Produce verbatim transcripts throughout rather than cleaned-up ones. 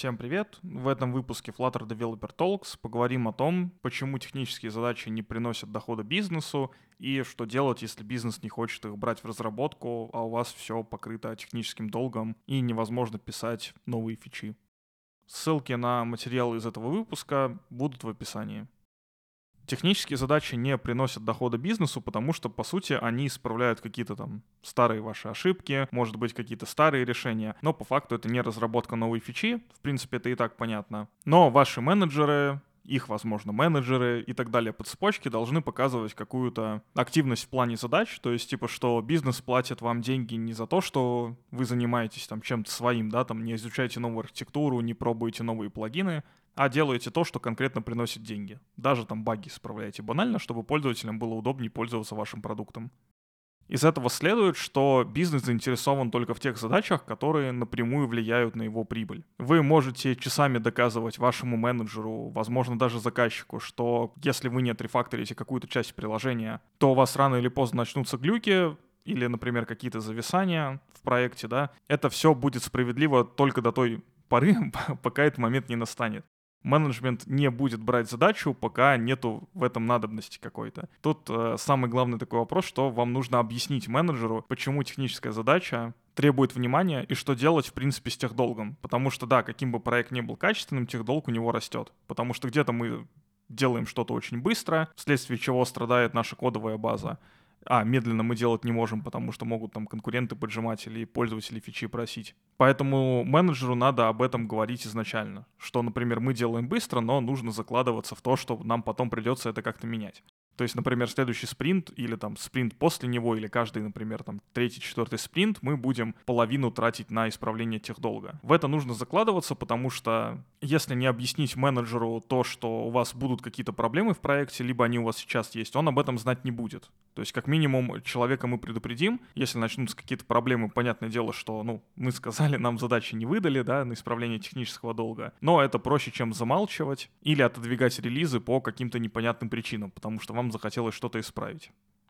Всем привет! В этом выпуске Flutter Developer Talks поговорим о том, почему технические задачи не приносят дохода бизнесу и что делать, если бизнес не хочет их брать в разработку, а у вас все покрыто техническим долгом и невозможно писать новые фичи. Ссылки на материалы из этого выпуска будут в описании. Технические задачи не приносят дохода бизнесу, потому что, по сути, они исправляют какие-то там старые ваши ошибки, может быть, какие-то старые решения, но по факту это не разработка новой фичи, в принципе, это и так понятно. Но ваши менеджеры, их, возможно, менеджеры и так далее по цепочке должны показывать какую-то активность в плане задач, то есть, типа, что бизнес платит вам деньги не за то, что вы занимаетесь там чем-то своим, да, там не изучаете новую архитектуру, не пробуете новые плагины, а делаете то, что конкретно приносит деньги. Даже там баги исправляете банально, чтобы пользователям было удобнее пользоваться вашим продуктом. Из этого следует, что бизнес заинтересован только в тех задачах, которые напрямую влияют на его прибыль. Вы можете часами доказывать вашему менеджеру, возможно, даже заказчику, что если вы не отрефакторите какую-то часть приложения, то у вас рано или поздно начнутся глюки, или, например, какие-то зависания в проекте, да. Это все будет справедливо только до той поры, пока этот момент не настанет. Менеджмент не будет брать задачу, пока нету в этом надобности какой-то. Тут э, самый главный такой вопрос, что вам нужно объяснить менеджеру, почему техническая задача требует внимания и что делать, в принципе, с техдолгом. Потому что, да, каким бы проект ни был качественным, техдолг у него растет. Потому что где-то мы делаем что-то очень быстро, вследствие чего страдает наша кодовая база. А, медленно мы делать не можем, потому что могут там конкуренты поджимать или пользователи фичи просить. Поэтому менеджеру надо об этом говорить изначально. Что, например, мы делаем быстро, но нужно закладываться в то, что нам потом придется это как-то менять. То есть, например, следующий спринт или там спринт после него, или каждый, например, там третий, четвертый спринт, мы будем половину тратить на исправление техдолга. В это нужно закладываться, потому что если не объяснить менеджеру то, что у вас будут какие-то проблемы в проекте, либо они у вас сейчас есть, он об этом знать не будет. То есть, как минимум, человека мы предупредим, если начнутся какие-то проблемы, понятное дело, что, ну, мы сказали, нам задачи не выдали, да, на исправление технического долга, но это проще, чем замалчивать или отодвигать релизы по каким-то непонятным причинам, потому что вам захотелось что-то исправить.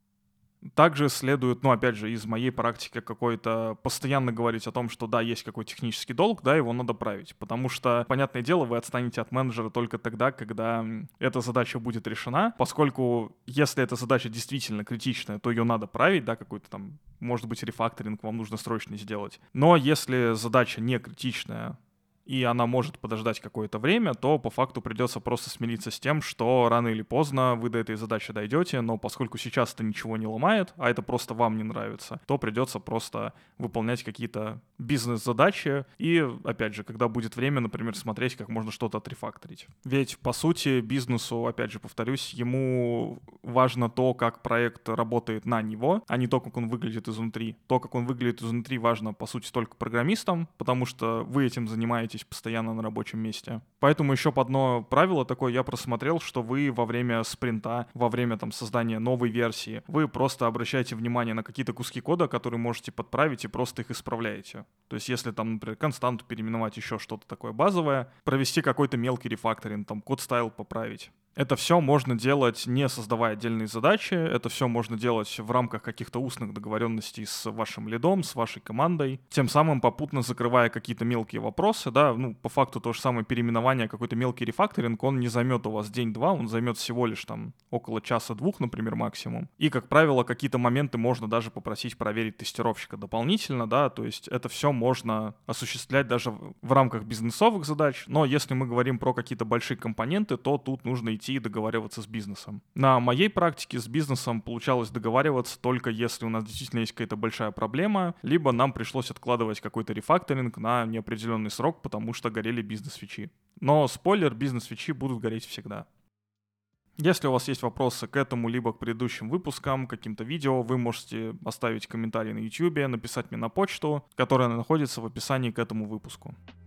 Также следует, ну, опять же, из моей практики какой-то постоянно говорить о том, что да, есть какой-то технический долг, да, его надо править. Потому что, понятное дело, вы отстанете от менеджера только тогда, когда эта задача будет решена, поскольку если эта задача действительно критичная, то ее надо править, да, какой-то там, может быть, рефакторинг вам нужно срочно сделать. Но если задача не критичная, и она может подождать какое-то время, то по факту придется просто смириться с тем, что рано или поздно вы до этой задачи дойдете, но поскольку сейчас это ничего не ломает, а это просто вам не нравится, то придется просто выполнять какие-то бизнес-задачи и, опять же, когда будет время, например, смотреть, как можно что-то отрефакторить. Ведь, по сути, бизнесу, опять же, повторюсь, ему важно то, как проект работает на него, а не то, как он выглядит изнутри. То, как он выглядит изнутри, важно, по сути, только программистам, потому что вы этим занимаетесь постоянно на рабочем месте. Поэтому еще по одно правило такое я просмотрел, что вы во время спринта, во время там создания новой версии, вы просто обращаете внимание на какие-то куски кода, которые можете подправить и просто их исправляете. То есть если там, например, константу переименовать, еще что-то такое базовое, провести какой-то мелкий рефакторинг, там код-стайл поправить. Это все можно делать, не создавая отдельные задачи, это все можно делать в рамках каких-то устных договоренностей с вашим лидом, с вашей командой, тем самым попутно закрывая какие-то мелкие вопросы, да, ну, по факту то же самое переименование, какой-то мелкий рефакторинг, он не займет у вас день-два, он займет всего лишь там около часа-двух, например, максимум. И, как правило, какие-то моменты можно даже попросить проверить тестировщика дополнительно, да, то есть это все можно осуществлять даже в рамках бизнесовых задач, но если мы говорим про какие-то большие компоненты, то тут нужно идти и договариваться с бизнесом. На моей практике с бизнесом получалось договариваться только если у нас действительно есть какая-то большая проблема, либо нам пришлось откладывать какой-то рефакторинг на неопределенный срок, потому что горели бизнес-фичи. Но спойлер, бизнес-фичи будут гореть всегда. Если у вас есть вопросы к этому, либо к предыдущим выпускам, каким-то видео, вы можете оставить комментарий на YouTube, написать мне на почту, которая находится в описании к этому выпуску.